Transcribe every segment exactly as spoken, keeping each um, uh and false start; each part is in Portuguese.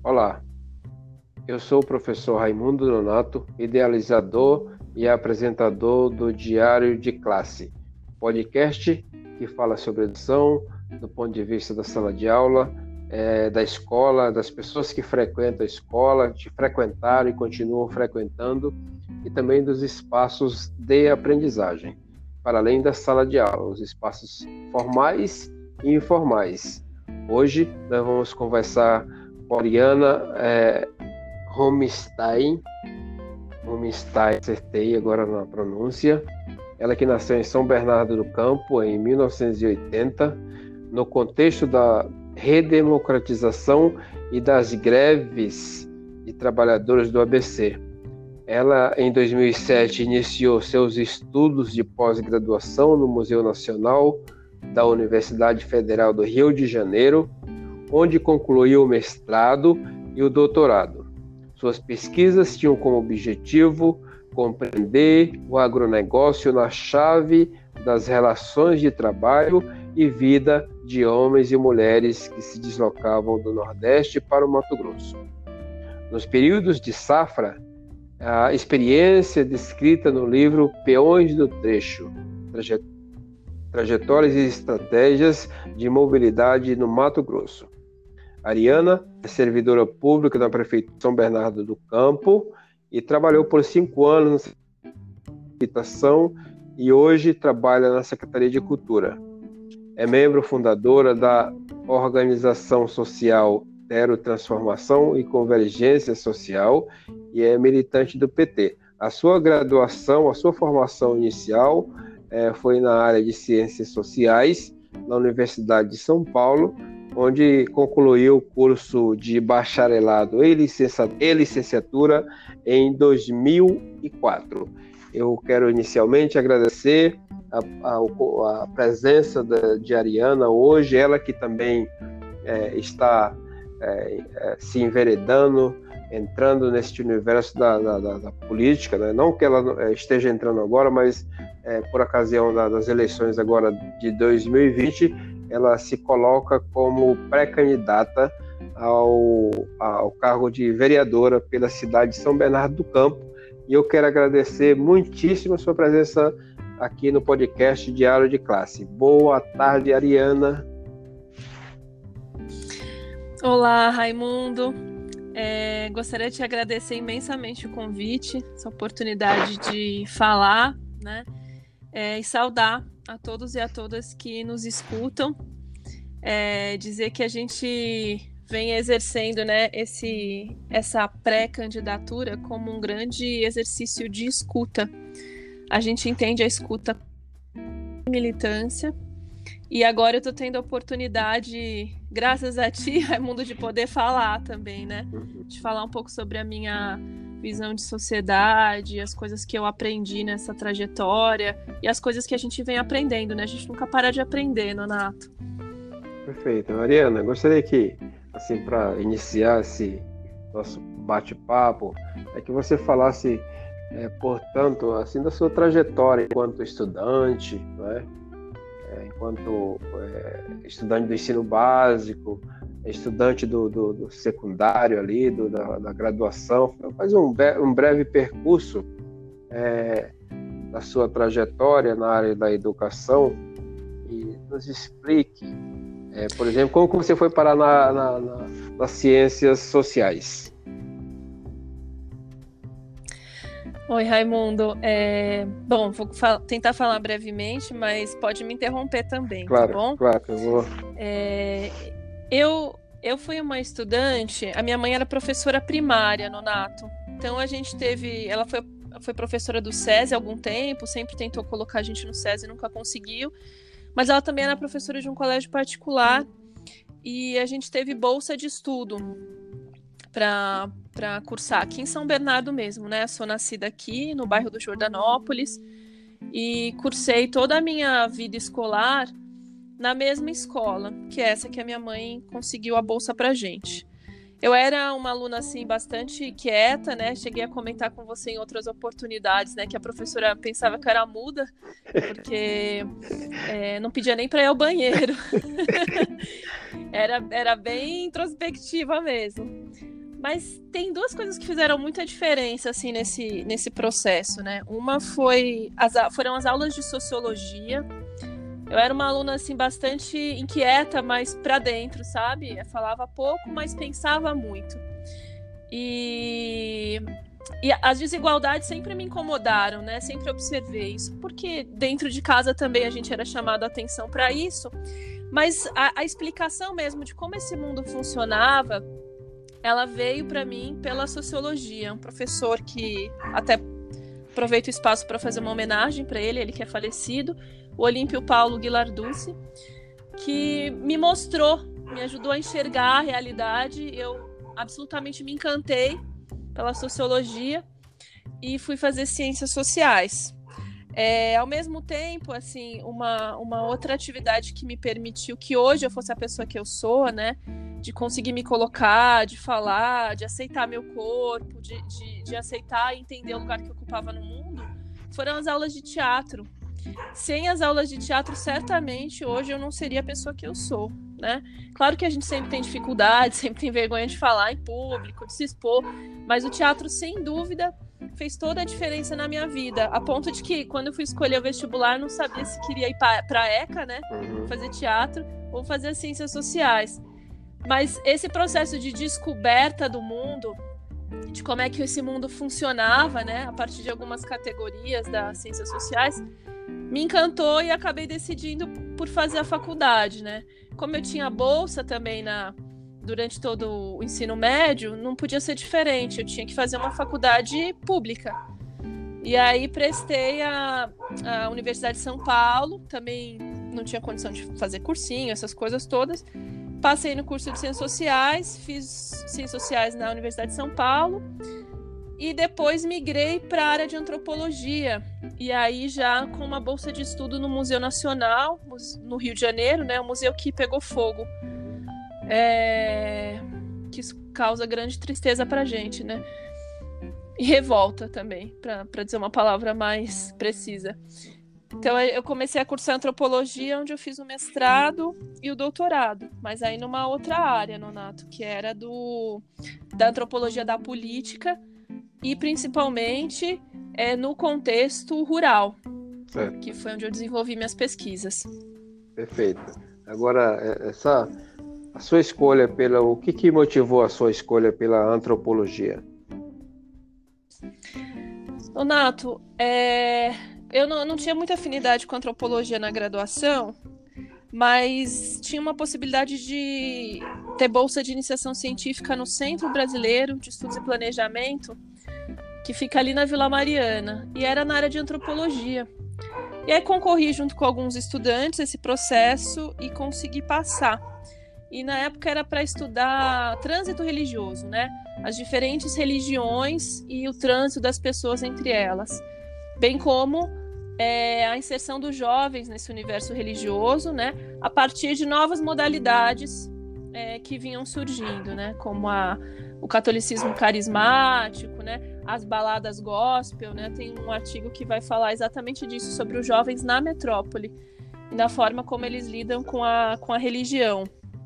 Olá, eu sou o professor Raimundo Nonato, idealizador e apresentador do Diário de Classe, podcast que fala sobre educação do ponto de vista da sala de aula, é, da escola, das pessoas que frequentam a escola, que frequentaram e continuam frequentando, e também dos espaços de aprendizagem, para além da sala de aula, os espaços formais e informais. Hoje nós vamos conversar com a Ariana é, Homestein, Homestein, acertei agora na pronúncia. Ela que nasceu em São Bernardo do Campo em mil novecentos e oitenta, no contexto da redemocratização e das greves de trabalhadores do A B C. Ela, em dois mil e sete, iniciou seus estudos de pós-graduação no Museu Nacional da Universidade Federal do Rio de Janeiro, onde concluiu o mestrado e o doutorado. Suas pesquisas tinham como objetivo compreender o agronegócio na chave das relações de trabalho e vida de homens e mulheres que se deslocavam do Nordeste para o Mato Grosso. Nos períodos de safra, a experiência descrita no livro Peões do Trecho, Trajetórias e Estratégias de Mobilidade no Mato Grosso. Ariana é servidora pública da Prefeitura de São Bernardo do Campo e trabalhou por cinco anos na habitação e hoje trabalha na Secretaria de Cultura. É membro fundadora da organização social Tero Transformação e Convergência Social e é militante do P T. A sua graduação, a sua formação inicial é, foi na área de Ciências Sociais na Universidade de São Paulo, onde concluiu o curso de bacharelado e licenciatura em dois mil e quatro. Eu quero inicialmente agradecer a, a, a presença da, de Ariana hoje, ela que também é, está é, é, se enveredando, entrando neste universo da, da, da, da política, né? Não que ela é, esteja entrando agora, mas é, por ocasião da, das eleições agora de dois mil e vinte, ela se coloca como pré-candidata ao, ao cargo de vereadora pela cidade de São Bernardo do Campo. E eu quero agradecer muitíssimo a sua presença aqui no podcast Diário de Classe. Boa tarde, Ariana. Olá, Raimundo. É, gostaria de te agradecer imensamente o convite, essa oportunidade de falar, né? É, e saudar a todos e a todas que nos escutam, é, dizer que a gente vem exercendo, né, esse, essa pré-candidatura como um grande exercício de escuta. A gente entende a escuta como militância e agora eu estou tendo a oportunidade, graças a ti, Raimundo, de poder falar também, né, de falar um pouco sobre a minha visão de sociedade, as coisas que eu aprendi nessa trajetória e as coisas que a gente vem aprendendo, né? A gente nunca para de aprender, Nonato. Perfeito. Ariana, gostaria que, assim, para iniciar esse nosso bate-papo, é que você falasse, é, portanto, assim, da sua trajetória enquanto estudante, né? É, enquanto é, estudante do ensino básico, estudante do, do, do secundário ali, do, da, da graduação, faz um, um breve percurso é, da sua trajetória na área da educação e nos explique, é, por exemplo, como você foi parar na, na, na, nas ciências sociais. Oi, Raimundo. É, bom, vou fa- tentar falar brevemente, mas pode me interromper também, claro, tá bom? Claro, eu vou... É, eu, eu fui uma estudante, a minha mãe era professora primária, Nonato. Então a gente teve, ela foi, foi professora do SESI há algum tempo, sempre tentou colocar a gente no SESI e nunca conseguiu. Mas ela também era professora de um colégio particular e a gente teve bolsa de estudo para para cursar aqui em São Bernardo mesmo, né? Sou nascida aqui no bairro do Jordanópolis e cursei toda a minha vida escolar na mesma escola, que é essa que a minha mãe conseguiu a bolsa pra gente. Eu era uma aluna, assim, bastante quieta, né? Cheguei a comentar com você em outras oportunidades, né? Que a professora pensava que eu era muda, porque é, não pedia nem para ir ao banheiro. era, era bem introspectiva mesmo. Mas tem duas coisas que fizeram muita diferença, assim, nesse, nesse processo, né? Uma foi as, foram as aulas de sociologia. Eu era uma aluna, assim, bastante inquieta, mas pra dentro, sabe? Eu falava pouco, mas pensava muito. E, e as desigualdades sempre me incomodaram, né? Sempre observei isso, porque dentro de casa também a gente era chamado a atenção para isso. Mas a, a explicação mesmo de como esse mundo funcionava, ela veio para mim pela sociologia. Um professor que até aproveito o espaço para fazer uma homenagem para ele, ele que é falecido, o Olímpio Paulo Guilarducci, que me mostrou, me ajudou a enxergar a realidade. Eu absolutamente me encantei pela sociologia e fui fazer ciências sociais. É, ao mesmo tempo, assim, uma, uma outra atividade que me permitiu que hoje eu fosse a pessoa que eu sou, né? De conseguir me colocar, de falar, de aceitar meu corpo, de, de, de aceitar e entender o lugar que eu ocupava no mundo, foram as aulas de teatro. Sem as aulas de teatro, certamente, hoje eu não seria a pessoa que eu sou, né? Claro que a gente sempre tem dificuldade, sempre tem vergonha de falar em público, de se expor, mas o teatro, sem dúvida, fez toda a diferença na minha vida, a ponto de que, quando eu fui escolher o vestibular, eu não sabia se queria ir para a ECA, né? Fazer teatro ou fazer ciências sociais. Mas esse processo de descoberta do mundo, de como é que esse mundo funcionava, né? A partir de algumas categorias das ciências sociais, me encantou e acabei decidindo por fazer a faculdade, né? Como eu tinha bolsa também na, durante todo o ensino médio, não podia ser diferente, eu tinha que fazer uma faculdade pública. E aí prestei a, a Universidade de São Paulo, também não tinha condição de fazer cursinho, essas coisas todas. Passei no curso de Ciências Sociais, fiz Ciências Sociais na Universidade de São Paulo, e depois migrei para a área de antropologia, e aí já com uma bolsa de estudo no Museu Nacional, no Rio de Janeiro, né, o museu que pegou fogo, é... que isso causa grande tristeza para a gente, né, e revolta também, para dizer uma palavra mais precisa. Então eu comecei a cursar antropologia, onde eu fiz o mestrado e o doutorado, mas aí numa outra área, Nonato, que era do, da antropologia da política, e principalmente é, no contexto rural, certo, que foi onde eu desenvolvi minhas pesquisas. Perfeito. Agora, essa, a sua escolha pela... O que, que motivou a sua escolha pela antropologia? Nonato, é, eu não, não tinha muita afinidade com antropologia na graduação, mas tinha uma possibilidade de ter bolsa de iniciação científica no Centro Brasileiro de Estudos e Planejamento, que fica ali na Vila Mariana, e era na área de antropologia. E aí concorri junto com alguns estudantes esse processo e consegui passar. E na época era para estudar trânsito religioso, né? As diferentes religiões e o trânsito das pessoas entre elas, bem como é, a inserção dos jovens nesse universo religioso, né? A partir de novas modalidades é, que vinham surgindo, né? Como a, o catolicismo carismático, né? As baladas gospel, né? Tem um artigo que vai falar exatamente disso, sobre os jovens na metrópole e da forma como eles lidam com a, com a religião.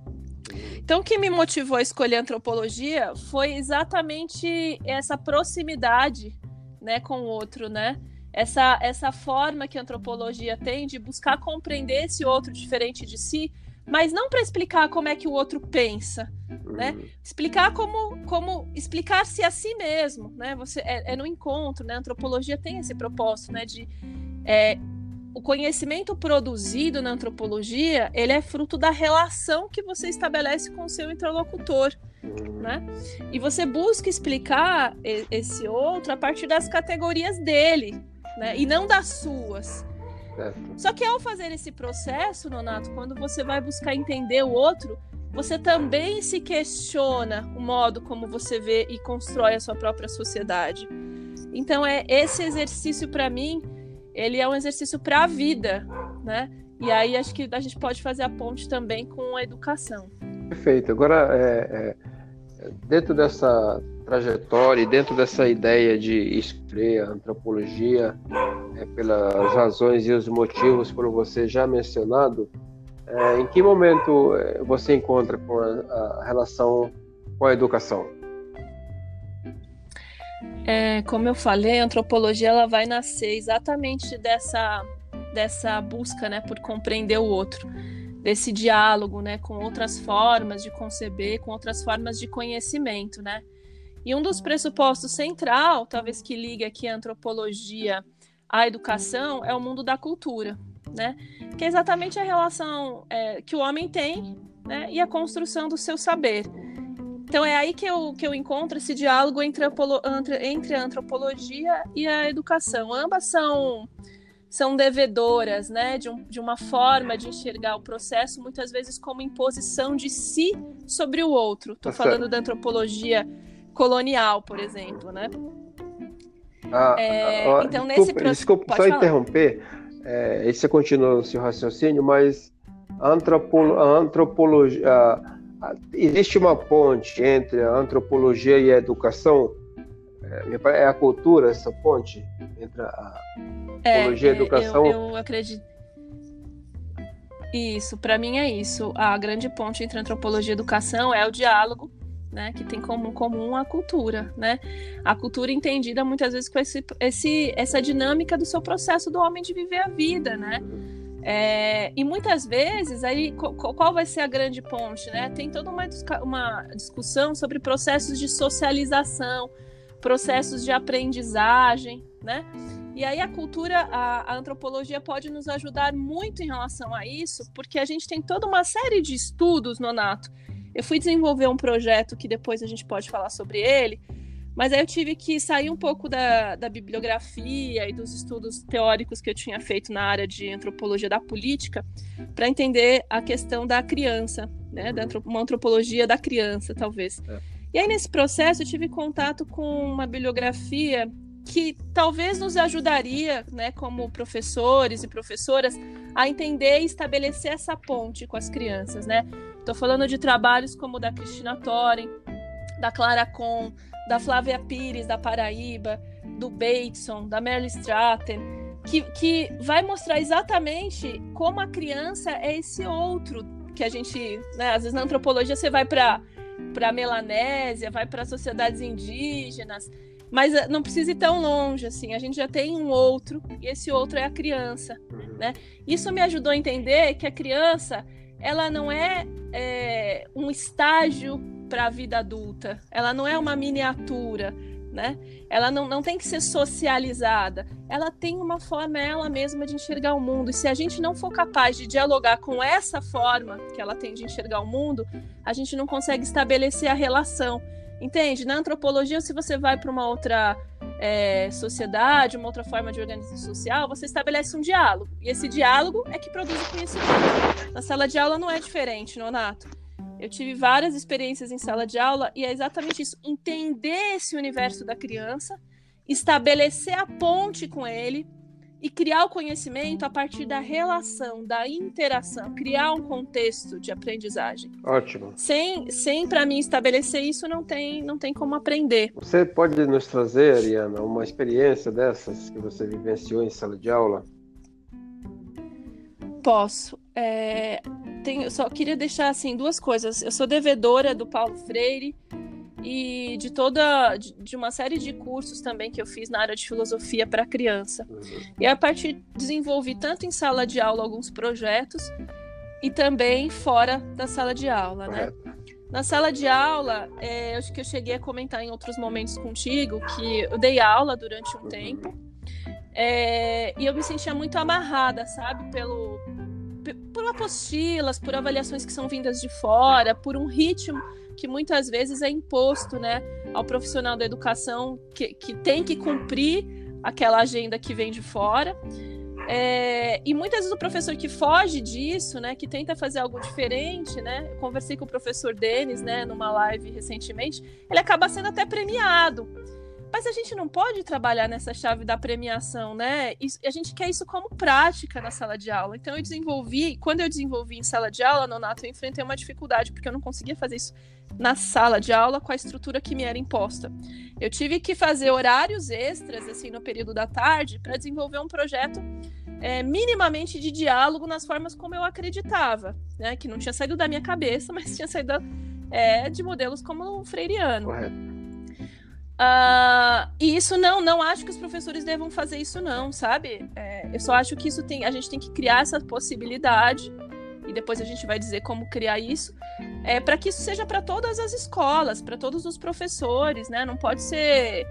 Então, o que me motivou a escolher antropologia foi exatamente essa proximidade, né, com o outro, né? Essa, essa forma que a antropologia tem de buscar compreender esse outro diferente de si, mas não para explicar como é que o outro pensa, né? Explicar como, como explicar-se a si mesmo, né? Você, é, é no encontro, né? A antropologia tem esse propósito, né? De, é, o conhecimento produzido na antropologia, ele é fruto da relação que você estabelece com o seu interlocutor, né? E você busca explicar esse outro a partir das categorias dele, né? E não das suas. Certo. Só que ao fazer esse processo, Nonato, quando você vai buscar entender o outro, você também se questiona o modo como você vê e constrói a sua própria sociedade. Então, é esse exercício, para mim, ele é um exercício para a vida, né? E aí acho que a gente pode fazer a ponte também com a educação. Perfeito. Agora, é, é, dentro dessa trajetória e dentro dessa ideia de escolher a antropologia, é, pelas razões e os motivos por você já mencionado, é, em que momento você encontra com a, a relação com a educação? É, como eu falei, a antropologia ela vai nascer exatamente dessa, dessa busca, né, por compreender o outro, desse diálogo, né, com outras formas de conceber, com outras formas de conhecimento, né? E um dos pressupostos central, talvez que ligue aqui a antropologia à educação, é o mundo da cultura, né? Que é exatamente a relação é, que o homem tem, né, e a construção do seu saber. Então é aí que eu, que eu encontro esse diálogo entre a, entre a antropologia e a educação. Ambas são, são devedoras, né, de, um, de uma forma de enxergar o processo, muitas vezes como imposição de si sobre o outro. Estou falando da antropologia colonial, por exemplo, né? Ah, é, ah, então, desculpa, nesse processo... desculpa só falar. interromper, é, e você continua no seu raciocínio, mas a, antropolo, a antropologia... A, existe uma ponte entre a antropologia e a educação? É a cultura, essa ponte entre a antropologia é, e a educação? Eu, eu acredito. Isso, para mim é isso. A grande ponte entre antropologia e educação é o diálogo, né, que tem como comum a cultura, né? A cultura entendida muitas vezes com esse, esse, essa dinâmica do seu processo do homem de viver a vida, né? É, e muitas vezes, aí, qual vai ser a grande ponte, né? Tem toda uma, uma discussão sobre processos de socialização, processos de aprendizagem, né? E aí a cultura, a, a antropologia pode nos ajudar muito em relação a isso, porque a gente tem toda uma série de estudos, Nonato. Eu fui desenvolver um projeto que depois a gente pode falar sobre ele, mas aí eu tive que sair um pouco da, da bibliografia e dos estudos teóricos que eu tinha feito na área de antropologia da política para entender a questão da criança, né? Da uma antropologia da criança, talvez. É. E aí, nesse processo, eu tive contato com uma bibliografia que talvez nos ajudaria, né, como professores e professoras, a entender e estabelecer essa ponte com as crianças, né? Estou falando de trabalhos como o da Cristina Thoren, da Clara Kohn, da Flávia Pires, da Paraíba, do Bateson, da Merle Stratton, que, que vai mostrar exatamente como a criança é esse outro que a gente, né, às vezes na antropologia você vai para para a Melanésia, vai para sociedades indígenas, mas não precisa ir tão longe, assim, a gente já tem um outro, e esse outro é a criança, né? Isso me ajudou a entender que a criança, ela não é, é um estágio para a vida adulta, ela não é uma miniatura, né? Ela não, não tem que ser socializada, ela tem uma forma ela mesma de enxergar o mundo, e se a gente não for capaz de dialogar com essa forma que ela tem de enxergar o mundo, a gente não consegue estabelecer a relação, entende? Na antropologia, se você vai para uma outra é, sociedade, uma outra forma de organização social, você estabelece um diálogo, e esse diálogo é que produz o conhecimento. Na sala de aula não é diferente, Nonato. Eu tive várias experiências em sala de aula e é exatamente isso, entender esse universo da criança, estabelecer a ponte com ele e criar o conhecimento a partir da relação, da interação, criar um contexto de aprendizagem. Ótimo. Sem, sem para mim, estabelecer isso, não tem, não tem como aprender. Você pode nos trazer, Ariana, uma experiência dessas que você vivenciou em sala de aula? Posso. É, tenho, só queria deixar assim duas coisas. Eu sou devedora do Paulo Freire e de toda de, de uma série de cursos também que eu fiz na área de filosofia para criança. Uhum. E a partir desenvolvi tanto em sala de aula alguns projetos e também fora da sala de aula, né? Na sala de aula, é, acho que eu cheguei a comentar em outros momentos contigo que eu dei aula durante um uhum. tempo. É, e eu me sentia muito amarrada, sabe, pelo, por apostilas, por avaliações que são vindas de fora, por um ritmo que muitas vezes é imposto, né, ao profissional da educação que, que tem que cumprir aquela agenda que vem de fora. É, e muitas vezes o professor que foge disso, né, que tenta fazer algo diferente, né, eu conversei com o professor Denis, né, numa live recentemente, ele acaba sendo até premiado. Mas a gente não pode trabalhar nessa chave da premiação, né? Isso, a gente quer isso como prática na sala de aula. Então eu desenvolvi, quando eu desenvolvi em sala de aula, Nonato, eu enfrentei uma dificuldade, porque eu não conseguia fazer isso na sala de aula com a estrutura que me era imposta. Eu tive que fazer horários extras, assim, no período da tarde, para desenvolver um projeto é, minimamente de diálogo nas formas como eu acreditava, né? Que não tinha saído da minha cabeça, mas tinha saído é, de modelos como o freiriano. Correto. Uh, e isso não, não acho que os professores devam fazer isso não, sabe? É, eu só acho que isso tem, a gente tem que criar essa possibilidade, e depois a gente vai dizer como criar isso, é, para que isso seja para todas as escolas, para todos os professores, né? Não pode ser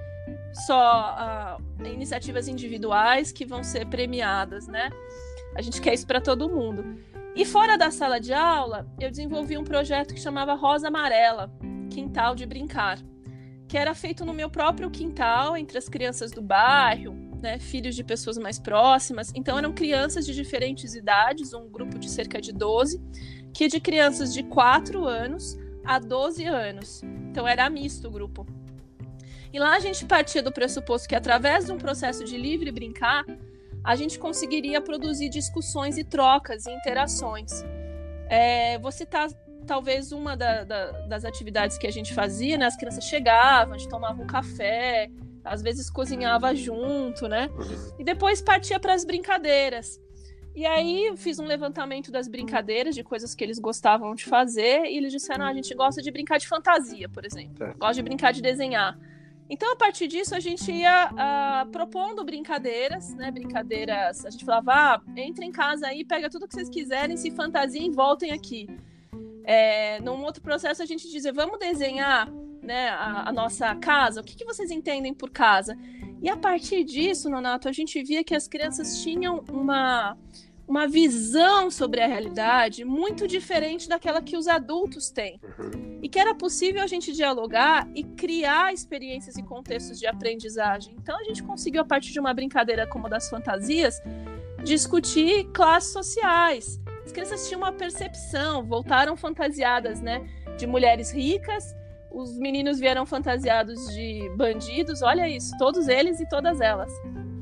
só uh, iniciativas individuais que vão ser premiadas, né? A gente quer isso para todo mundo. E fora da sala de aula, eu desenvolvi um projeto que chamava Rosa Amarela, Quintal de Brincar, que era feito no meu próprio quintal, entre as crianças do bairro, né, filhos de pessoas mais próximas. Então eram crianças de diferentes idades, um grupo de cerca de doze, que de crianças de quatro anos a doze anos. Então era misto o grupo. E lá a gente partia do pressuposto que através de um processo de livre brincar, a gente conseguiria produzir discussões e trocas e interações. É, vou citar talvez uma da, da, das atividades que a gente fazia, né? As crianças chegavam, a gente tomava um café, às vezes cozinhava junto, né? E depois partia para as brincadeiras. E aí eu fiz um levantamento das brincadeiras, de coisas que eles gostavam de fazer, e eles disseram, ah, a gente gosta de brincar de fantasia, por exemplo. É. Gosta de brincar de desenhar. Então, a partir disso, a gente ia uh, propondo brincadeiras, né? Brincadeiras, a gente falava, ah, entre em casa aí, pega tudo que vocês quiserem, se fantasiem e voltem aqui. É, num outro processo, a gente dizia, vamos desenhar, né, a, a nossa casa, o que, que vocês entendem por casa? E a partir disso, Nonato, a gente via que as crianças tinham uma, uma visão sobre a realidade muito diferente daquela que os adultos têm. E que era possível a gente dialogar e criar experiências e contextos de aprendizagem. Então, a gente conseguiu, a partir de uma brincadeira como a das fantasias, discutir classes sociais. As crianças tinham uma percepção, voltaram fantasiadas, né, de mulheres ricas, os meninos vieram fantasiados de bandidos, olha isso, todos eles e todas elas.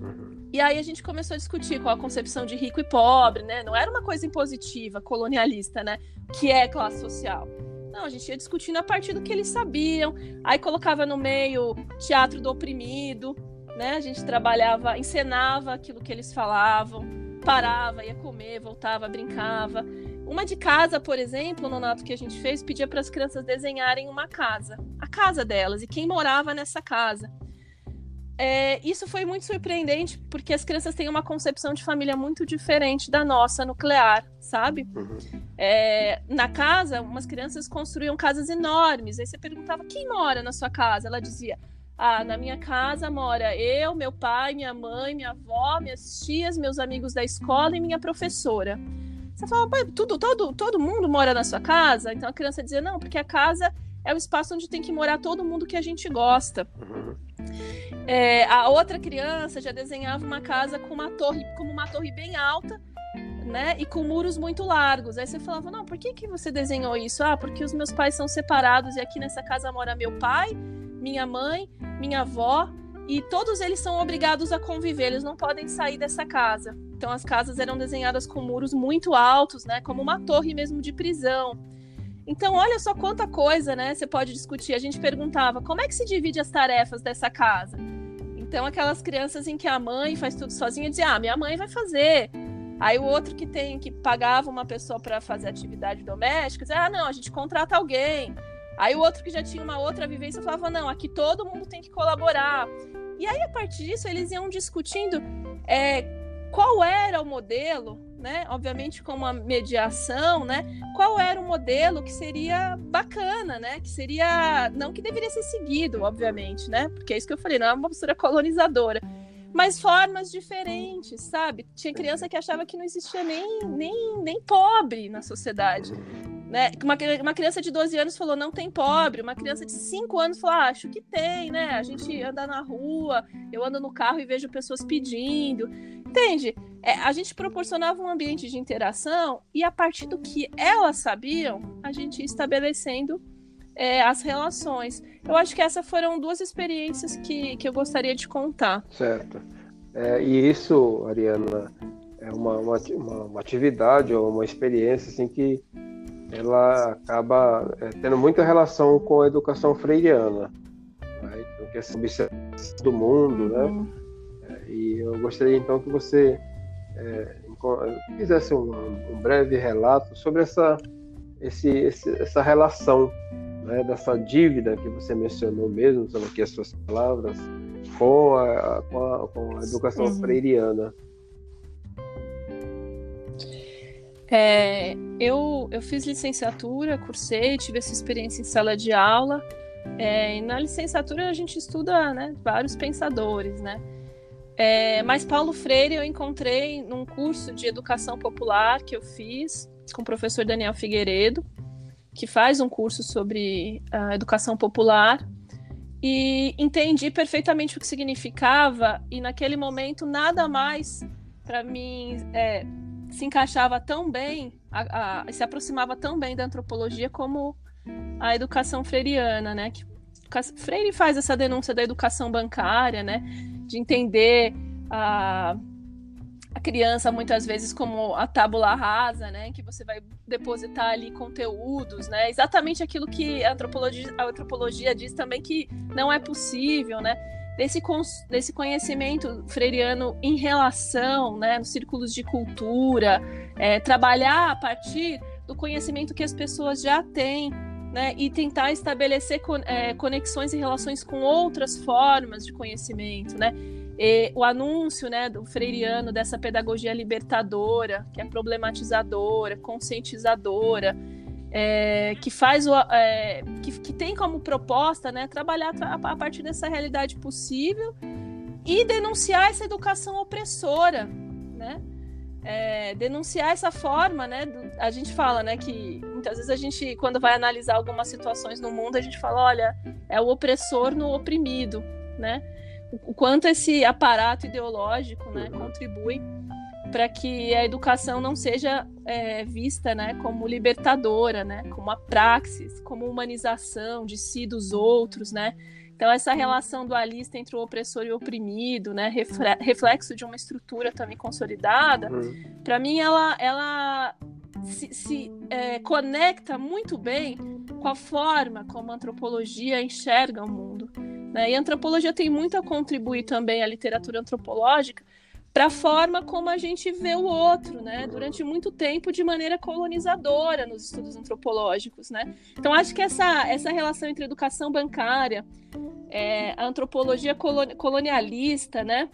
E aí a gente começou a discutir qual a concepção de rico e pobre, né? Não era uma coisa impositiva, colonialista, né? Que é classe social. Não, a gente ia discutindo a partir do que eles sabiam, aí colocava no meio teatro do oprimido, né? A gente trabalhava, encenava aquilo que eles falavam, parava, ia comer, voltava, brincava. Uma de casa, por exemplo, Nonato, que a gente fez, pedia para as crianças desenharem uma casa, a casa delas, e quem morava nessa casa. É, isso foi muito surpreendente, porque as crianças têm uma concepção de família muito diferente da nossa nuclear, sabe? Uhum. É, na casa, umas crianças construíam casas enormes, aí você perguntava, quem mora na sua casa? Ela dizia, ah, na minha casa mora eu, meu pai, minha mãe, minha avó, minhas tias, meus amigos da escola e minha professora. Você falava, pai, tudo, todo, todo mundo mora na sua casa? Então a criança dizia, não, porque a casa é o espaço onde tem que morar todo mundo que a gente gosta. É, a outra criança já desenhava uma casa com uma torre, como uma torre bem alta, né, e com muros muito largos. Aí você falava, não, por que, que você desenhou isso? Ah, porque os meus pais são separados e aqui nessa casa mora meu pai, minha mãe, minha avó, e todos eles são obrigados a conviver, eles não podem sair dessa casa. Então as casas eram desenhadas com muros muito altos, né, como uma torre mesmo de prisão. Então olha só quanta coisa, né, você pode discutir. A gente perguntava, como é que se divide as tarefas dessa casa? Então aquelas crianças em que a mãe faz tudo sozinha, dizia, ah, minha mãe vai fazer. Aí o outro que tem que pagava uma pessoa para fazer atividade doméstica, dizia, ah, não, a gente contrata alguém. Aí o outro que já tinha uma outra vivência falava, não, aqui todo mundo tem que colaborar. E aí, a partir disso, eles iam discutindo é, qual era o modelo, né? Obviamente com uma mediação, né? Qual era o modelo que seria bacana, né? Que seria, não que deveria ser seguido, obviamente, né? Porque é isso que eu falei, não é uma postura colonizadora. Mas formas diferentes, sabe? Tinha criança que achava que não existia nem, nem, nem pobre na sociedade. Né? Uma, uma criança de doze anos falou, não tem pobre. Uma criança de cinco anos falou, ah, acho que tem, né? A gente anda na rua, eu ando no carro e vejo pessoas pedindo. Entende? É, a gente proporcionava um ambiente de interação e a partir do que elas sabiam, a gente ia estabelecendo é, as relações. Eu acho que essas foram duas experiências que, que eu gostaria de contar. Certo. É, e isso, Ariana, é uma, uma, uma atividade ou uma experiência assim, que ela acaba é, tendo muita relação com a educação freiriana, né? Então, que é essa observação do mundo, né? É, e eu gostaria então que você é, fizesse um, um breve relato sobre essa, esse, esse, essa relação, né, dessa dívida que você mencionou mesmo, usando aqui as suas palavras, com a, com a, com a educação uhum. freiriana. É, eu, eu fiz licenciatura, cursei, tive essa experiência em sala de aula, é, e na licenciatura a gente estuda, né, vários pensadores, né? É, mas Paulo Freire eu encontrei num curso de educação popular que eu fiz com o professor Daniel Figueiredo, que faz um curso sobre a educação popular, e entendi perfeitamente o que significava, e naquele momento nada mais para mim é, se encaixava tão bem, a, a, se aproximava tão bem da antropologia como a educação freiriana, né? Que Freire faz essa denúncia da educação bancária, né? De entender a, a criança muitas vezes como a tábula rasa, né? Que você vai depositar ali conteúdos, né? Exatamente aquilo que a antropologia, a antropologia diz também que não é possível, né? Desse, desse conhecimento freiriano em relação, né, nos círculos de cultura, é, trabalhar a partir do conhecimento que as pessoas já têm, né, e tentar estabelecer con, é, conexões e relações com outras formas de conhecimento, né? E o anúncio, né, do freiriano dessa pedagogia libertadora, que é problematizadora, conscientizadora, É, que faz o, é, que, que tem como proposta, né, trabalhar a partir dessa realidade possível e denunciar essa educação opressora, né? É, denunciar essa forma, né? Do, a gente fala, né, que muitas vezes a gente, quando vai analisar algumas situações no mundo, a gente fala, olha, é o opressor no oprimido, né? O, o quanto esse aparato ideológico, né, contribui para que a educação não seja é, vista, né, como libertadora, né, como a praxis, como humanização de si e dos outros, né? Então essa relação dualista entre o opressor e o oprimido, né, reflexo de uma estrutura também consolidada, uhum. Para mim ela, ela se, se é, conecta muito bem com a forma como a antropologia enxerga o mundo, né? E a antropologia tem muito a contribuir também, a literatura antropológica, para a forma como a gente vê o outro, né? Durante muito tempo de maneira colonizadora nos estudos antropológicos, né? Então acho que essa, essa relação entre educação bancária, é, a antropologia colonialista, né?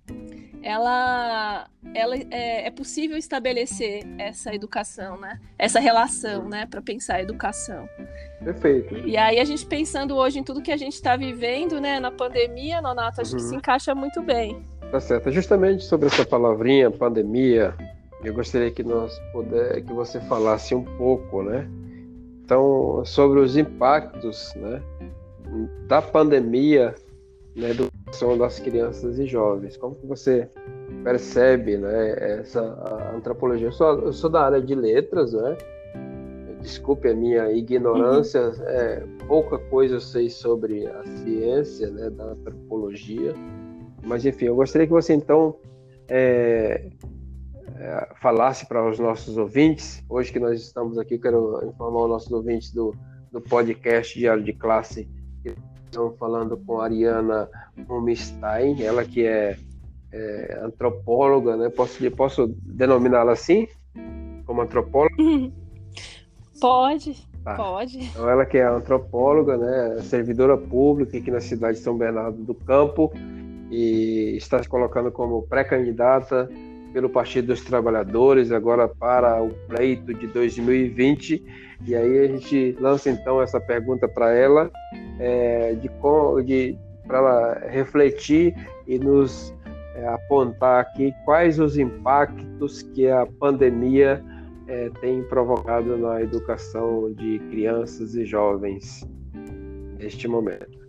Ela, ela é, é possível estabelecer essa educação, né? Essa relação, né? Para pensar a educação. Perfeito. E aí a gente pensando hoje em tudo que a gente está vivendo, né? Na pandemia, Nonato, acho uhum. que se encaixa muito bem. Tá certo. Justamente sobre essa palavrinha, pandemia, eu gostaria que nós puder, que você falasse um pouco, né? Então, sobre os impactos, né, da pandemia na educação das crianças e jovens. Como que você percebe, né, essa a antropologia? Eu sou, eu sou da área de letras, né? Desculpe a minha ignorância, uhum. é, pouca coisa eu sei sobre a ciência, né, da antropologia. Mas, enfim, eu gostaria que você, então, é, é, falasse para os nossos ouvintes. Hoje que nós estamos aqui, eu quero informar os nossos ouvintes do, do podcast Diário de Classe, que estão falando com a Ariana Rumstein, ela que é, é antropóloga, né? Posso, posso denominá-la assim? Como antropóloga? Pode, tá. pode. Então, ela que é antropóloga, né? Servidora pública aqui na cidade de São Bernardo do Campo, e está se colocando como pré-candidata pelo Partido dos Trabalhadores agora para o pleito de dois mil e vinte. E aí a gente lança então essa pergunta para ela, é, de, de, para ela refletir e nos é, apontar aqui quais os impactos que a pandemia é, tem provocado na educação de crianças e jovens neste momento.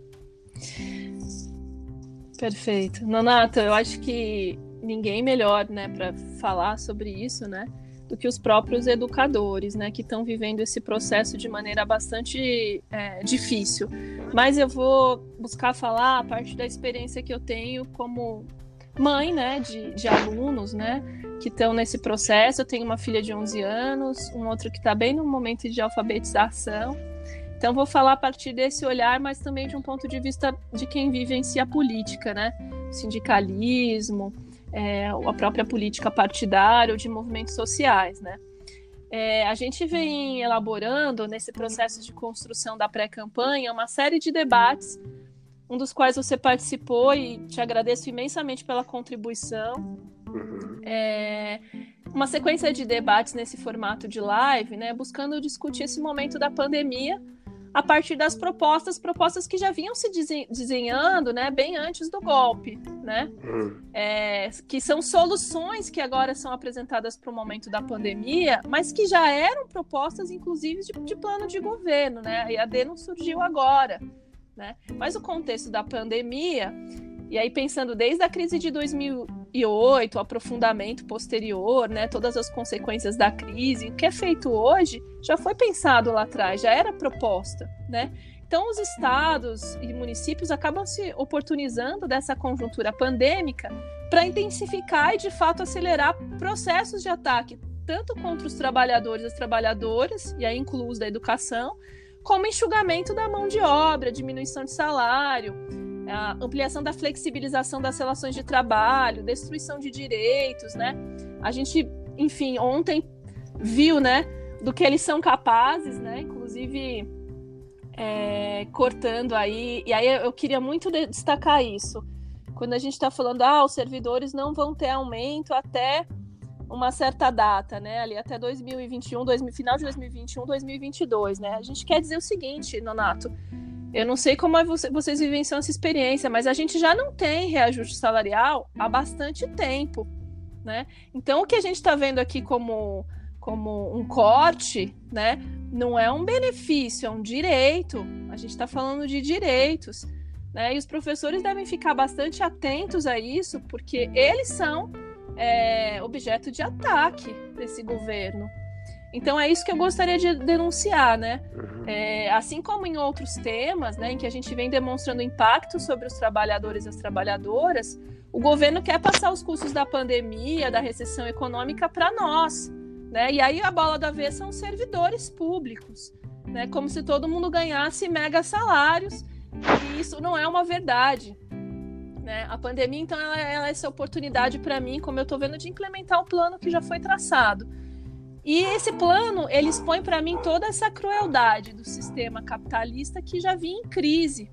Perfeito. Nonato, eu acho que ninguém melhor, né, para falar sobre isso, né, do que os próprios educadores, né, que estão vivendo esse processo de maneira bastante é, difícil. Mas eu vou buscar falar a partir da experiência que eu tenho como mãe, né, de, de alunos, né, que estão nesse processo. Eu tenho uma filha de onze anos, um outro que está bem no momento de alfabetização. Então, vou falar a partir desse olhar, mas também de um ponto de vista de quem vivencia a política, né? O sindicalismo, é, a própria política partidária ou de movimentos sociais, né? É, a gente vem elaborando, nesse processo de construção da pré-campanha, uma série de debates, um dos quais você participou, e te agradeço imensamente pela contribuição. É, uma sequência de debates nesse formato de live, né, buscando discutir esse momento da pandemia a partir das propostas, propostas que já vinham se desenhando, né, bem antes do golpe, né, é, que são soluções que agora são apresentadas para o momento da pandemia, mas que já eram propostas, inclusive, de, de plano de governo, né, a I A D não surgiu agora, né, mas o contexto da pandemia, e aí pensando desde a crise de dois mil e oito, o aprofundamento posterior, né, todas as consequências da crise, o que é feito hoje já foi pensado lá atrás, já era proposta, né? Então os estados e municípios acabam se oportunizando dessa conjuntura pandêmica para intensificar e de fato acelerar processos de ataque, tanto contra os trabalhadores e as trabalhadoras, e aí inclusos da educação, como enxugamento da mão de obra, diminuição de salário, a ampliação da flexibilização das relações de trabalho, destruição de direitos, né? A gente, enfim, ontem viu, né, do que eles são capazes, né? Inclusive é, cortando aí, e aí eu queria muito destacar isso. Quando a gente está falando, ah, os servidores não vão ter aumento até uma certa data, né? Ali até dois mil e vinte e um, dois mil, final de dois mil e vinte e um, dois mil e vinte e dois, né? A gente quer dizer o seguinte, Nonato. Eu não sei como vocês vivenciam essa experiência, mas a gente já não tem reajuste salarial há bastante tempo, né? Então, o que a gente está vendo aqui como, como um corte, né, não é um benefício, é um direito. A gente está falando de direitos, né? E os professores devem ficar bastante atentos a isso, porque eles são é, objeto de ataque desse governo. Então é isso que eu gostaria de denunciar, né? É, assim como em outros temas, né, em que a gente vem demonstrando impacto sobre os trabalhadores e as trabalhadoras, o governo quer passar os custos da pandemia, da recessão econômica para nós, né? E aí a bola da vez são os servidores públicos, né? Como se todo mundo ganhasse mega salários, e isso não é uma verdade, né? A pandemia, então, ela, ela é essa oportunidade para mim, como eu estou vendo, de implementar o plano que já foi traçado. E esse plano, ele expõe para mim toda essa crueldade do sistema capitalista que já vinha em crise.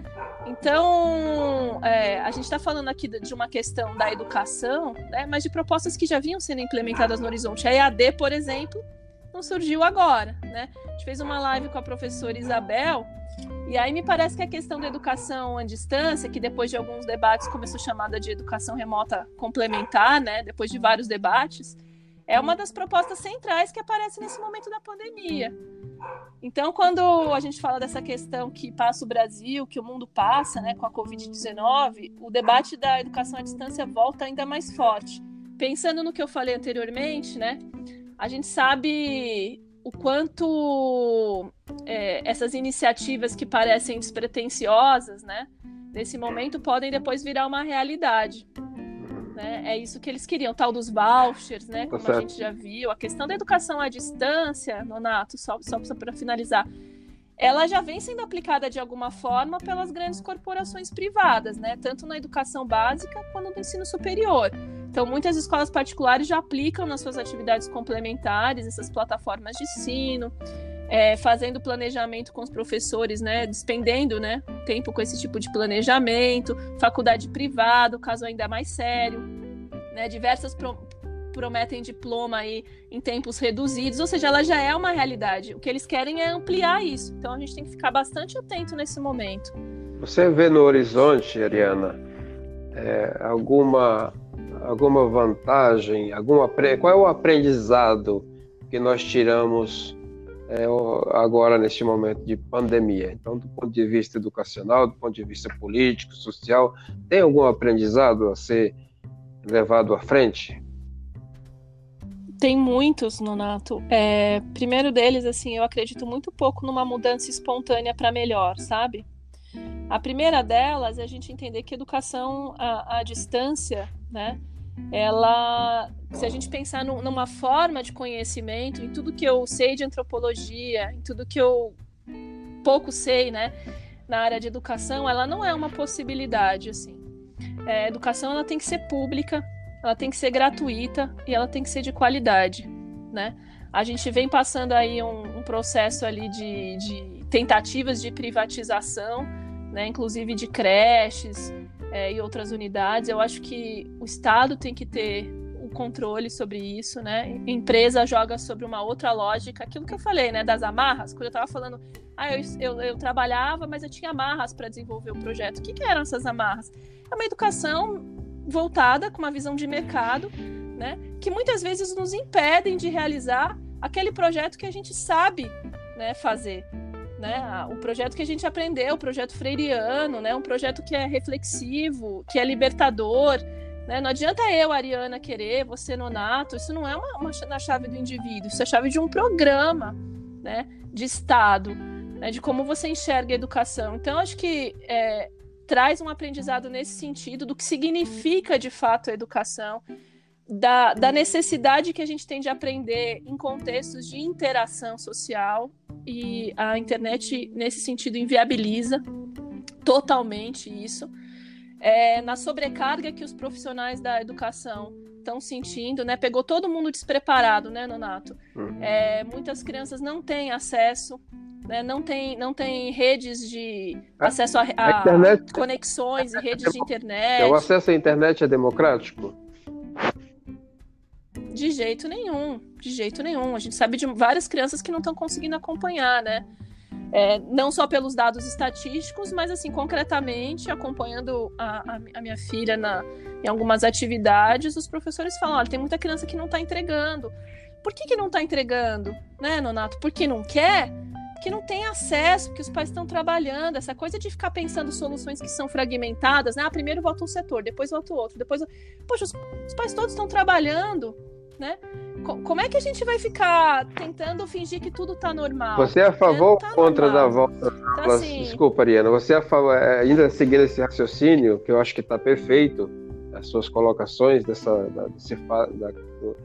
Então, é, a gente está falando aqui de uma questão da educação, né, mas de propostas que já vinham sendo implementadas no horizonte. A E A D, por exemplo, não surgiu agora, né? A gente fez uma live com a professora Isabel, e aí me parece que a questão da educação à distância, que depois de alguns debates começou chamada de educação remota complementar, né, depois de vários debates, é uma das propostas centrais que aparece nesse momento da pandemia. Então, quando a gente fala dessa questão que passa o Brasil, que o mundo passa, né, com a covid dezenove, o debate da educação à distância volta ainda mais forte. Pensando no que eu falei anteriormente, né, a gente sabe o quanto é, essas iniciativas que parecem despretensiosas, né, nesse momento podem depois virar uma realidade. Né? É isso que eles queriam, tal dos vouchers, né? Como a gente já viu. A questão da educação à distância, Nonato, só, só, só para finalizar, ela já vem sendo aplicada de alguma forma pelas grandes corporações privadas, né? Tanto na educação básica quanto no ensino superior. Então, muitas escolas particulares já aplicam nas suas atividades complementares essas plataformas de ensino, é, fazendo planejamento com os professores, né, despendendo, né, tempo com esse tipo de planejamento, faculdade privada, o caso ainda mais sério, né, diversas pro, prometem diploma aí em tempos reduzidos, ou seja, ela já é uma realidade. O que eles querem é ampliar isso, então a gente tem que ficar bastante atento nesse momento. Você vê no horizonte, Ariana, é, alguma, alguma vantagem, alguma, qual é o aprendizado que nós tiramos É, agora neste momento de pandemia? Então, do ponto de vista educacional, do ponto de vista político, social, tem algum aprendizado a ser levado à frente? Tem muitos, Nonato. É, primeiro deles, assim, eu acredito muito pouco numa mudança espontânea para melhor, sabe? A primeira delas é a gente entender que educação à, à distância, né, ela, se a gente pensar no, numa forma de conhecimento, em tudo que eu sei de antropologia, em tudo que eu pouco sei, né, na área de educação, ela não é uma possibilidade, assim. É, a educação, ela tem que ser pública, ela tem que ser gratuita e ela tem que ser de qualidade, né? A gente vem passando aí um, um processo ali de, de tentativas de privatização, né, inclusive de creches é, e outras unidades. Eu acho que o Estado tem que ter o controle sobre isso, né? A empresa joga sobre uma outra lógica, aquilo que eu falei, né, das amarras, quando eu estava falando, ah, eu, eu, eu trabalhava, mas eu tinha amarras para desenvolver o projeto. O que, que eram essas amarras? É uma educação voltada com uma visão de mercado, né, que muitas vezes nos impedem de realizar aquele projeto que a gente sabe, né, fazer. Né? O projeto que a gente aprendeu, o projeto freiriano, né? Um projeto que é reflexivo, que é libertador. Né? Não adianta eu, Ariana, querer, você, Nonato, isso não é uma, uma na chave do indivíduo, isso é a chave de um programa, né? De Estado, né? De como você enxerga a educação. Então, acho que é, traz um aprendizado nesse sentido, do que significa de fato a educação, Da, da necessidade que a gente tem de aprender em contextos de interação social, e a internet, nesse sentido, inviabiliza totalmente isso. É, na sobrecarga que os profissionais da educação estão sentindo, né? Pegou todo mundo despreparado, né, Nonato? É, muitas crianças não têm acesso, né? não tem, não tem redes de acesso a, a, a internet, conexões e redes de internet. O acesso à internet é democrático? De jeito nenhum, de jeito nenhum. A gente sabe de várias crianças que não estão conseguindo acompanhar, né? É, não só pelos dados estatísticos, mas assim, concretamente, acompanhando a, a, a minha filha na, em algumas atividades, os professores falam, olha, tem muita criança que não está entregando. Por que que não está entregando, né, Nonato? Porque não quer? Porque não tem acesso, porque os pais estão trabalhando. Essa coisa de ficar pensando soluções que são fragmentadas, né? Ah, primeiro volta um setor, depois volta o outro, depois... Poxa, os, os pais todos estão trabalhando, né? Como é que a gente vai ficar tentando fingir que tudo está normal? Você é a favor tá ou contra normal. Da volta? Então, assim... Desculpa, Ariana. Você é a favor, ainda seguindo esse raciocínio, que eu acho que está perfeito, as suas colocações dessa, da, desse, da,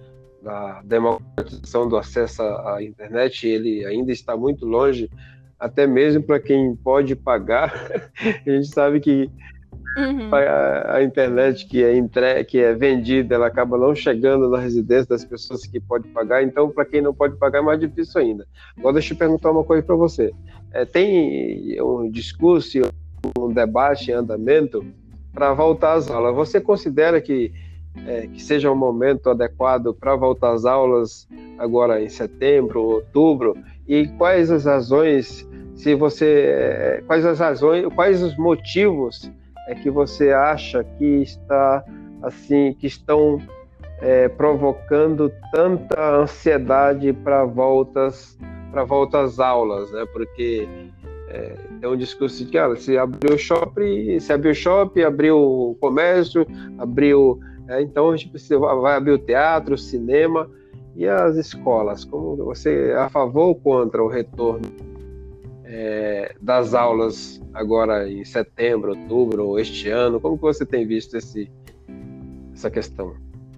da democratização do acesso à internet, ele ainda está muito longe, até mesmo para quem pode pagar. A gente sabe que Uhum. A, a internet que é, entre, que é vendida, ela acaba não chegando na residência das pessoas que podem pagar, então para quem não pode pagar é mais difícil ainda. Agora deixa eu perguntar uma coisa para você. É, tem um discurso, um debate em andamento para voltar às aulas. Você considera que, é, que seja um momento adequado para voltar às aulas agora em setembro, outubro? E quais as razões, se você, quais as razões, quais os motivos é que você acha que está assim, que estão é, provocando tanta ansiedade para voltas, para volta às aulas, né? Porque é, tem um discurso de que ah, se abriu o shopping, se abriu o shopping, abriu o comércio, abriu, é, então a gente precisa, vai abrir o teatro, o cinema e as escolas. Como você é a favor ou contra o retorno É, das aulas agora em setembro, outubro, este ano? Como que você tem visto esse, essa questão?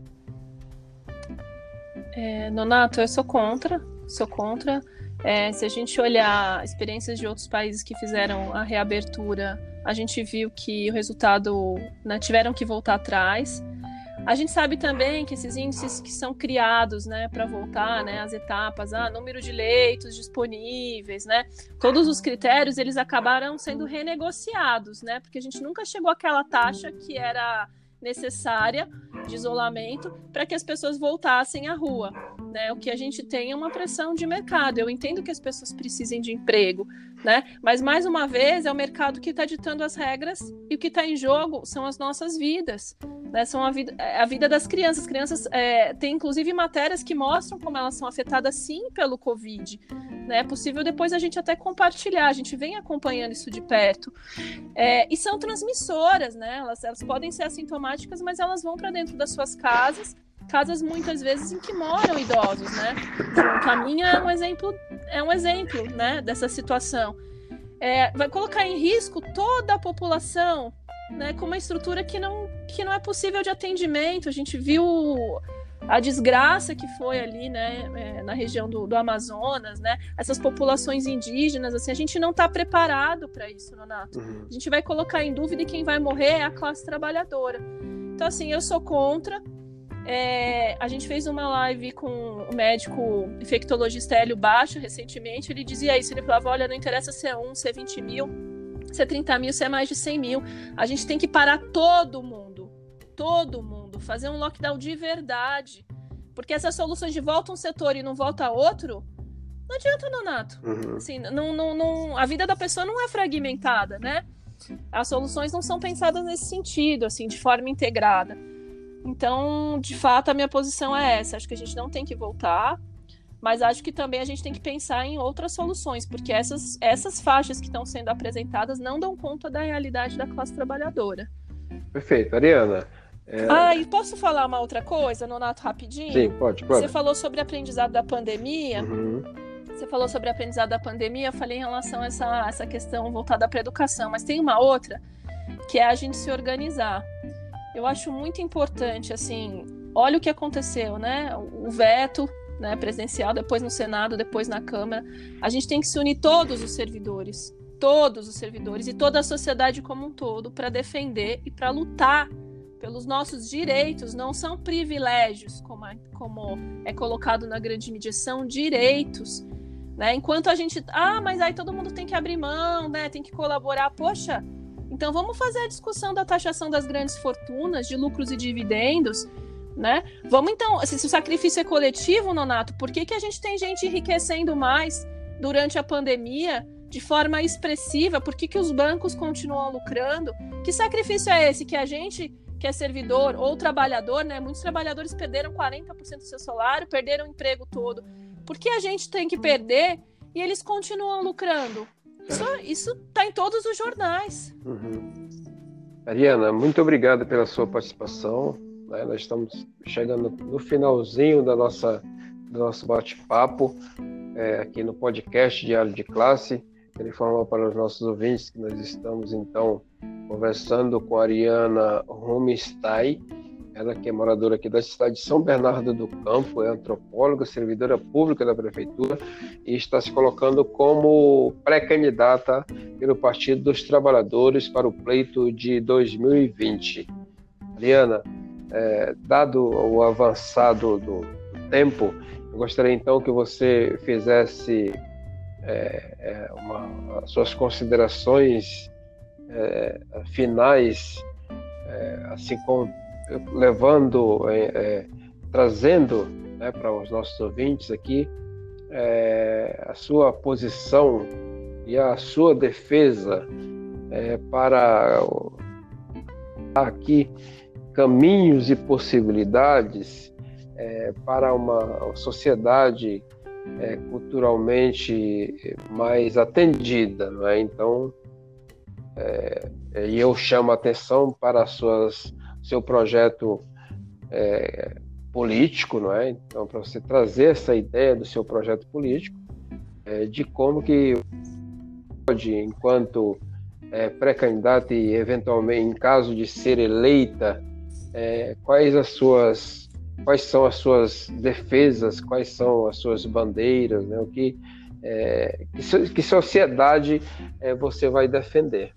É, Nonato, eu sou contra, sou contra. É, se a gente olhar experiências de outros países que fizeram a reabertura, a gente viu que o resultado, né, tiveram que voltar atrás. A gente sabe também que esses índices que são criados, né, para voltar, né, as etapas, ah, número de leitos disponíveis, né, todos os critérios, eles acabaram sendo renegociados, né, porque a gente nunca chegou àquela taxa que era necessária de isolamento para que as pessoas voltassem à rua, né? O que a gente tem é uma pressão de mercado. Eu entendo que as pessoas precisem de emprego, né? Mas mais uma vez é o mercado que está ditando as regras e o que está em jogo são as nossas vidas, né? São a vida, a vida das crianças. As crianças é, tem inclusive matérias que mostram como elas são afetadas sim pelo Covid, né? É possível depois a gente até compartilhar. A gente vem acompanhando isso de perto. É, e são transmissoras, né? Elas, elas podem ser assintomáticas, mas elas vão para dentro das suas casas, casas muitas vezes em que moram idosos, né? A minha é um exemplo, é um exemplo, né, dessa situação. É, vai colocar em risco toda a população, né, com uma estrutura que não, que não é possível de atendimento. A gente viu a desgraça que foi ali, né, é, na região do, do Amazonas, né, essas populações indígenas, assim, a gente não está preparado para isso, Nonato. Uhum. A gente vai colocar em dúvida e quem vai morrer é a classe trabalhadora. Então, assim, eu sou contra. É, a gente fez uma live com o médico infectologista Hélio Baixo recentemente. Ele dizia isso, ele falava, olha, não interessa se é um, se é vinte mil, se é trinta mil, se é mais de cem mil. A gente tem que parar todo mundo, todo mundo, fazer um lockdown de verdade. Porque essas soluções de volta um setor e não volta outro, não adianta, Nonato. Uhum. Assim, não, não, não, a vida da pessoa não é fragmentada, né? As soluções não são pensadas nesse sentido, assim, de forma integrada. Então, de fato, a minha posição é essa. Acho que a gente não tem que voltar, mas acho que também a gente tem que pensar em outras soluções, porque essas, essas faixas que estão sendo apresentadas não dão conta da realidade da classe trabalhadora. Perfeito. Ariana. É... Ah, e posso falar uma outra coisa, Nonato, rapidinho? Sim, pode, pode. Você falou sobre aprendizado da pandemia. Uhum. Você falou sobre aprendizado da pandemia, eu falei em relação a essa, essa questão voltada para a educação, mas tem uma outra, que é a gente se organizar. Eu acho muito importante, assim, olha o que aconteceu, né? O veto, né, presidencial, depois no Senado, depois na Câmara. A gente tem que se unir todos os servidores, todos os servidores e toda a sociedade como um todo para defender e para lutar pelos nossos direitos. Não são privilégios, como é, como é colocado na grande mídia, são direitos. Né? Enquanto a gente... Ah, mas aí todo mundo tem que abrir mão, né? Tem que colaborar. Poxa... Então, vamos fazer a discussão da taxação das grandes fortunas, de lucros e dividendos, né? Vamos, então, se o sacrifício é coletivo, Nonato, por que que a gente tem gente enriquecendo mais durante a pandemia de forma expressiva? Por que que os bancos continuam lucrando? Que sacrifício é esse? Que a gente, que é servidor ou trabalhador, né? Muitos trabalhadores perderam quarenta por cento do seu salário, perderam o emprego todo. Por que a gente tem que perder e eles continuam lucrando? Isso está em todos os jornais. Uhum. Ariana, muito obrigado pela sua participação. Né? Nós estamos chegando no finalzinho da nossa, do nosso bate-papo é, aqui no podcast Diário de Classe. Quero informar para os nossos ouvintes que nós estamos, então, conversando com a Ariana Rumstein, ela que é moradora aqui da cidade de São Bernardo do Campo, é antropóloga, servidora pública da prefeitura e está se colocando como pré-candidata pelo Partido dos Trabalhadores para o pleito de dois mil e vinte. Ariana, é, dado o avançado do, do tempo, eu gostaria então que você fizesse é, é, uma, as suas considerações é, finais, é, assim como levando, é, é, trazendo, né, para os nossos ouvintes aqui é, a sua posição e a sua defesa é, para aqui caminhos e possibilidades é, para uma sociedade é, culturalmente mais atendida, não é? Então, é, e eu chamo a atenção para as suas seu projeto é, político, não é? Então, para você trazer essa ideia do seu projeto político, é, de como que pode, enquanto é, pré-candidata e eventualmente em caso de ser eleita, é, quais as suas, quais são as suas defesas, quais são as suas bandeiras, né? O que, é, que, que sociedade é, você vai defender?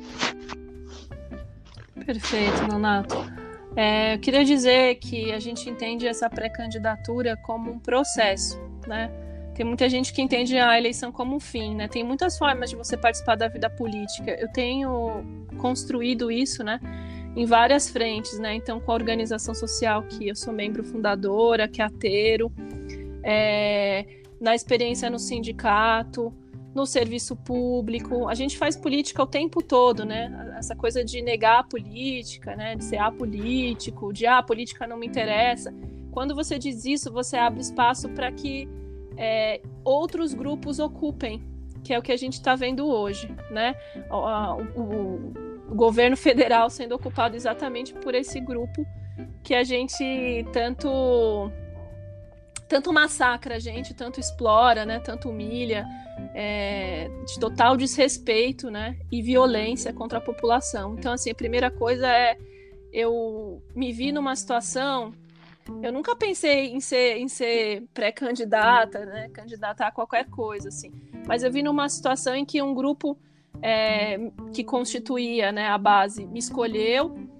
Perfeito, Nonato. É, eu queria dizer que a gente entende essa pré-candidatura como um processo, né? Tem muita gente que entende a eleição como um fim, né? Tem muitas formas de você participar da vida política. Eu tenho construído isso, né, em várias frentes, né? Então, com a organização social que eu sou membro fundadora, que é a Tero, é, na experiência no sindicato, no serviço público. A gente faz política o tempo todo, né? Essa coisa de negar a política, né? De ser apolítico, de ah, a política não me interessa. Quando você diz isso, você abre espaço para que é, outros grupos ocupem, que é o que a gente está vendo hoje, né? O, o, o governo federal sendo ocupado exatamente por esse grupo que a gente tanto tanto massacra a gente, tanto explora, né? Tanto humilha, é, de total desrespeito, né? E violência contra a população. Então, assim, a primeira coisa é eu me vi numa situação. Eu nunca pensei em ser, em ser pré-candidata, né? Candidata a qualquer coisa, assim. Mas eu vi numa situação em que um grupo é, que constituía, né, a base me escolheu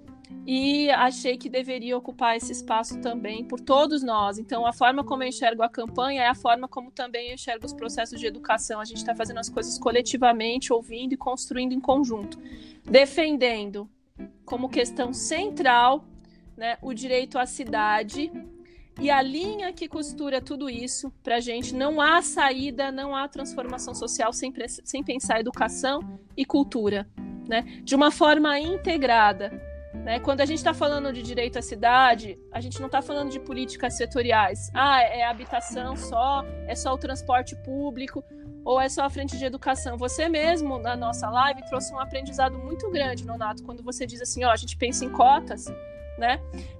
e achei que deveria ocupar esse espaço também por todos nós. Então, a forma como eu enxergo a campanha é a forma como também eu enxergo os processos de educação. A gente está fazendo as coisas coletivamente, ouvindo e construindo em conjunto, defendendo como questão central, né, o direito à cidade e a linha que costura tudo isso. Para a gente não há saída, não há transformação social sem, sem pensar educação e cultura, né, de uma forma integrada. Né? Quando a gente está falando de direito à cidade, a gente não está falando de políticas setoriais. Ah, é habitação só, é só o transporte público, ou é só a frente de educação. Você mesmo, na nossa live, trouxe um aprendizado muito grande, Nonato, quando você diz assim, ó, a gente pensa em cotas, né,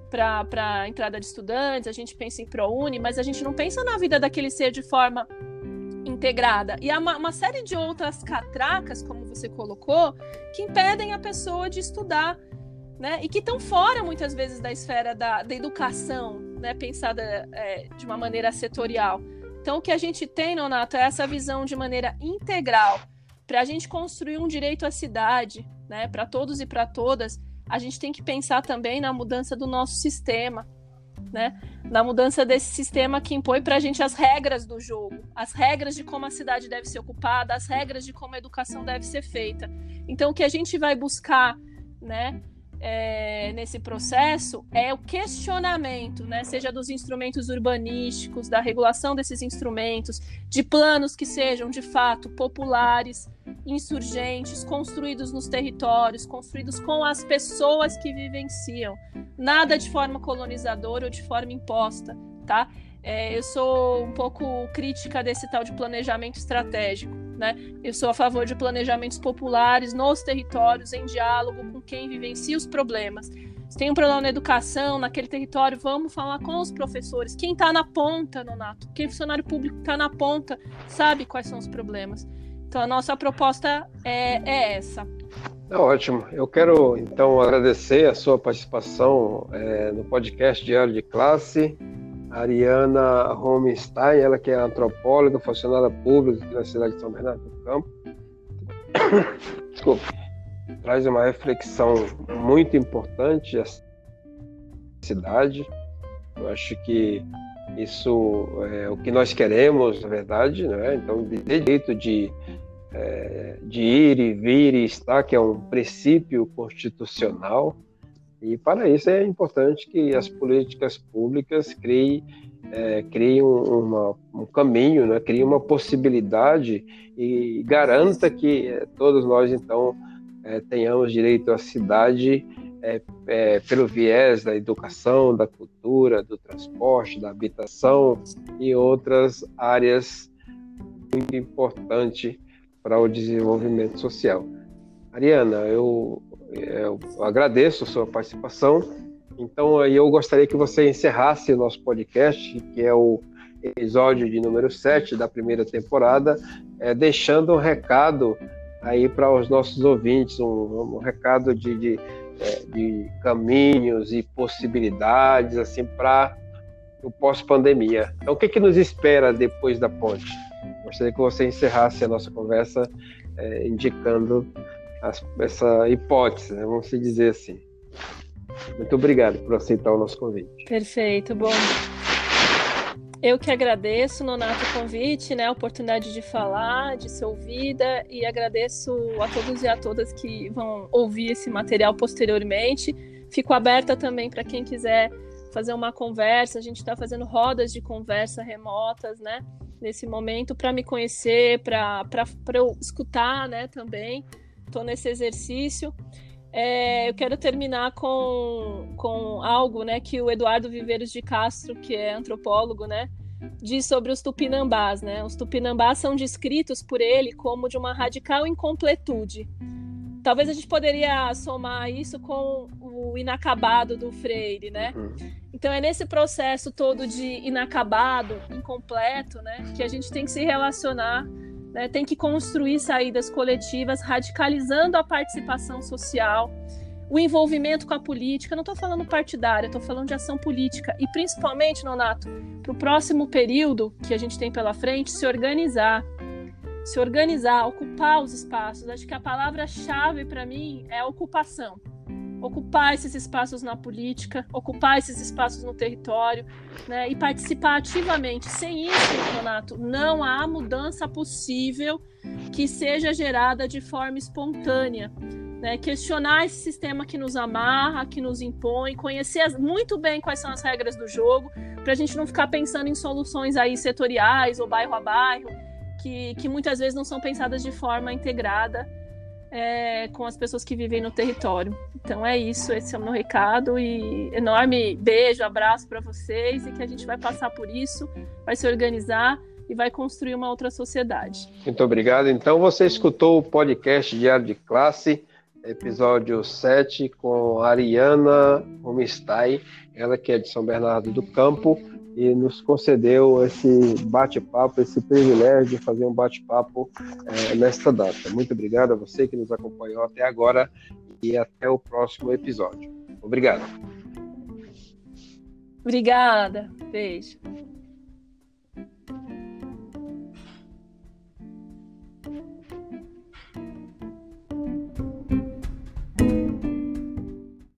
para a entrada de estudantes, a gente pensa em ProUni, mas a gente não pensa na vida daquele ser de forma integrada. E há uma, uma série de outras catracas, como você colocou, que impedem a pessoa de estudar, né, e que estão fora, muitas vezes, da esfera da, da educação, né, pensada é, de uma maneira setorial. Então, o que a gente tem, Nonato, é essa visão de maneira integral. Para a gente construir um direito à cidade, né, para todos e para todas, a gente tem que pensar também na mudança do nosso sistema, né, na mudança desse sistema que impõe para a gente as regras do jogo, as regras de como a cidade deve ser ocupada, as regras de como a educação deve ser feita. Então, o que a gente vai buscar, né, É, nesse processo é o questionamento, né, seja dos instrumentos urbanísticos, da regulação desses instrumentos, de planos que sejam de fato populares, insurgentes, construídos nos territórios, construídos com as pessoas que vivenciam, nada de forma colonizadora ou de forma imposta, tá? É, eu sou um pouco crítica desse tal de planejamento estratégico, né? Eu sou a favor de planejamentos populares nos territórios, em diálogo com quem vivencia os problemas. Se tem um problema na educação, naquele território, vamos falar com os professores. Quem está na ponta, Nonato, quem é funcionário público está na ponta, sabe quais são os problemas. Então, a nossa proposta é, é essa. É ótimo. Eu quero, então, agradecer a sua participação é, no podcast Diário de Classe. Ariana Homenstein, ela que é antropóloga, funcionária pública aqui na cidade de São Bernardo do Campo. Desculpa. Traz uma reflexão muito importante à cidade. Eu acho que isso é o que nós queremos, na verdade, né? Então, de direito de, é, de ir e vir e estar, que é um princípio constitucional. E para isso é importante que as políticas públicas criem, é, criem uma, um caminho, né? Criem uma possibilidade e garanta que é, todos nós, então, é, tenhamos direito à cidade é, é, pelo viés da educação, da cultura, do transporte, da habitação e outras áreas muito importantes para o desenvolvimento social. Ariana, eu Eu agradeço a sua participação. Então, aí eu gostaria que você encerrasse o nosso podcast, que é o episódio de número sete da primeira temporada, é, deixando um recado aí para os nossos ouvintes, um, um recado de, de, de caminhos e possibilidades assim, para o pós-pandemia. Então, o que, que nos espera depois da ponte? Gostaria que você encerrasse a nossa conversa é, indicando essa hipótese, né? Vamos dizer assim. Muito obrigado por aceitar o nosso convite. Perfeito, bom. Eu que agradeço, Nonato, o convite, né, a oportunidade de falar, de ser ouvida, e agradeço a todos e a todas que vão ouvir esse material posteriormente. Fico aberta também para quem quiser fazer uma conversa. A gente está fazendo rodas de conversa remotas, né, nesse momento, para me conhecer, para eu escutar, né, também. Estou nesse exercício. É, eu quero terminar com, com algo, né, que o Eduardo Viveiros de Castro, que é antropólogo, né, diz sobre os tupinambás, né? Os tupinambás são descritos por ele como de uma radical incompletude. Talvez a gente poderia somar isso com o inacabado do Freire, né? Então é nesse processo todo de inacabado, incompleto, né, que a gente tem que se relacionar, né, tem que construir saídas coletivas, radicalizando a participação social, o envolvimento com a política. Não estou falando partidária, estou falando de ação política. E principalmente, Nonato, para o próximo período que a gente tem pela frente, se organizar. Se organizar, ocupar os espaços. Acho que a palavra-chave para mim é ocupação. ocupar esses espaços na política, ocupar esses espaços no território, né, e participar ativamente. Sem isso, Renato, não há mudança possível que seja gerada de forma espontânea. Né, questionar esse sistema que nos amarra, que nos impõe, conhecer muito bem quais são as regras do jogo, para a gente não ficar pensando em soluções aí setoriais ou bairro a bairro, que, que muitas vezes não são pensadas de forma integrada é, com as pessoas que vivem no território. Então é isso, esse é o meu recado, e enorme beijo, abraço para vocês, e que a gente vai passar por isso, vai se organizar e vai construir uma outra sociedade. Muito obrigado. Então você escutou o podcast Diário de Classe, episódio sete, com a Ariana Homestai, ela que é de São Bernardo do Campo, e nos concedeu esse bate-papo, esse privilégio de fazer um bate-papo é, nesta data. Muito obrigado a você que nos acompanhou até agora e até o próximo episódio. Obrigado. Obrigada. Beijo.